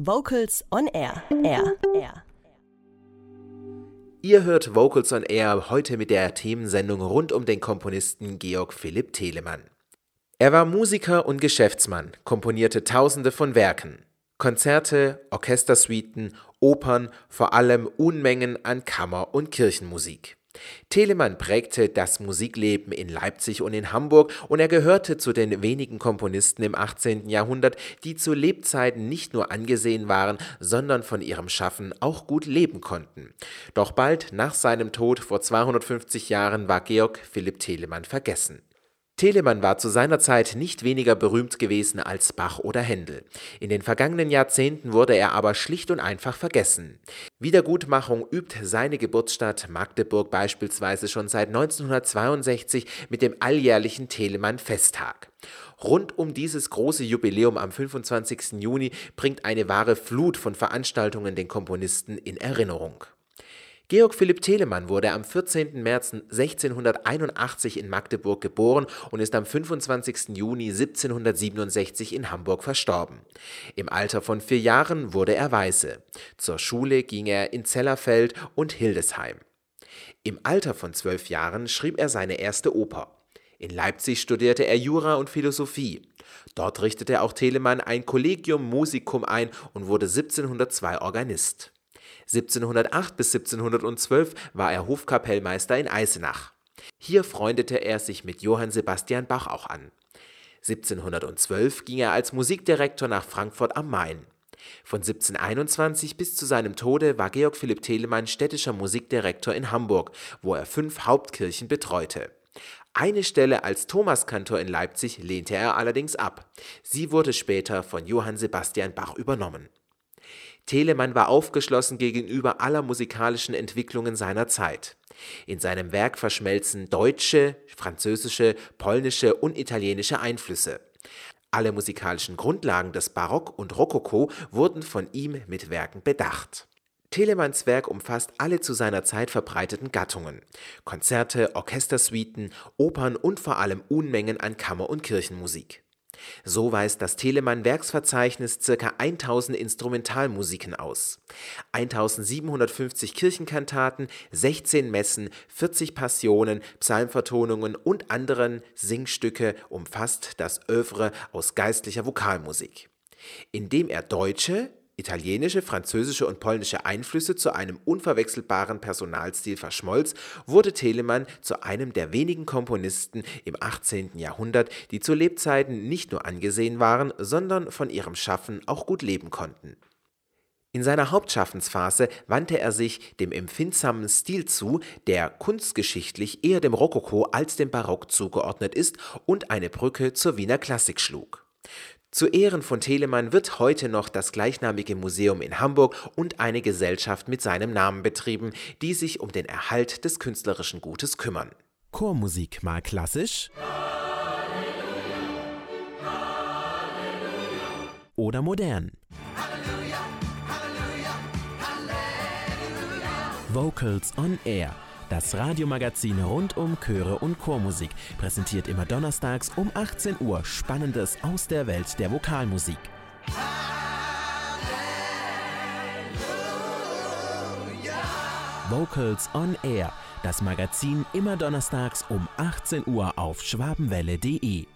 Vocals on Air. Ihr hört Vocals on Air heute mit der Themensendung rund um den Komponisten Georg Philipp Telemann. Er war Musiker und Geschäftsmann, komponierte Tausende von Werken. Konzerte, Orchestersuiten, Opern, vor allem Unmengen an Kammer- und Kirchenmusik. Telemann prägte das Musikleben in Leipzig und in Hamburg und er gehörte zu den wenigen Komponisten im 18. Jahrhundert, die zu Lebzeiten nicht nur angesehen waren, sondern von ihrem Schaffen auch gut leben konnten. Doch bald nach seinem Tod vor 250 Jahren war Georg Philipp Telemann vergessen. Telemann war zu seiner Zeit nicht weniger berühmt gewesen als Bach oder Händel. In den vergangenen Jahrzehnten wurde er aber schlicht und einfach vergessen. Wiedergutmachung übt seine Geburtsstadt Magdeburg beispielsweise schon seit 1962 mit dem alljährlichen Telemann-Festtag. Rund um dieses große Jubiläum am 25. Juni bringt eine wahre Flut von Veranstaltungen den Komponisten in Erinnerung. Georg Philipp Telemann wurde am 14. März 1681 in Magdeburg geboren und ist am 25. Juni 1767 in Hamburg verstorben. Im Alter von 4 Jahren wurde er Waise. Zur Schule ging er in Zellerfeld und Hildesheim. Im Alter von 12 Jahren schrieb er seine erste Oper. In Leipzig studierte er Jura und Philosophie. Dort richtete auch Telemann ein Collegium Musicum ein und wurde 1702 Organist. 1708 bis 1712 war er Hofkapellmeister in Eisenach. Hier freundete er sich mit Johann Sebastian Bach auch an. 1712 ging er als Musikdirektor nach Frankfurt am Main. Von 1721 bis zu seinem Tode war Georg Philipp Telemann städtischer Musikdirektor in Hamburg, wo er 5 Hauptkirchen betreute. Eine Stelle als Thomaskantor in Leipzig lehnte er allerdings ab. Sie wurde später von Johann Sebastian Bach übernommen. Telemann war aufgeschlossen gegenüber aller musikalischen Entwicklungen seiner Zeit. In seinem Werk verschmelzen deutsche, französische, polnische und italienische Einflüsse. Alle musikalischen Grundlagen des Barock und Rokoko wurden von ihm mit Werken bedacht. Telemanns Werk umfasst alle zu seiner Zeit verbreiteten Gattungen: Konzerte, Orchestersuiten, Opern und vor allem Unmengen an Kammer- und Kirchenmusik. So weist das Telemann-Werksverzeichnis ca. 1000 Instrumentalmusiken aus. 1750 Kirchenkantaten, 16 Messen, 40 Passionen, Psalmvertonungen und anderen Singstücke umfasst das Œuvre aus geistlicher Vokalmusik. Indem er deutsche, italienische, französische und polnische Einflüsse zu einem unverwechselbaren Personalstil verschmolz, wurde Telemann zu einem der wenigen Komponisten im 18. Jahrhundert, die zu Lebzeiten nicht nur angesehen waren, sondern von ihrem Schaffen auch gut leben konnten. In seiner Hauptschaffensphase wandte er sich dem empfindsamen Stil zu, der kunstgeschichtlich eher dem Rokoko als dem Barock zugeordnet ist und eine Brücke zur Wiener Klassik schlug. Zu Ehren von Telemann wird heute noch das gleichnamige Museum in Hamburg und eine Gesellschaft mit seinem Namen betrieben, die sich um den Erhalt des künstlerischen Gutes kümmern. Chormusik mal klassisch oder modern. Vocals on Air. Das Radiomagazin rund um Chöre und Chormusik präsentiert immer donnerstags um 18 Uhr Spannendes aus der Welt der Vokalmusik. Vocals on Air, das Magazin immer donnerstags um 18 Uhr auf schwabenwelle.de.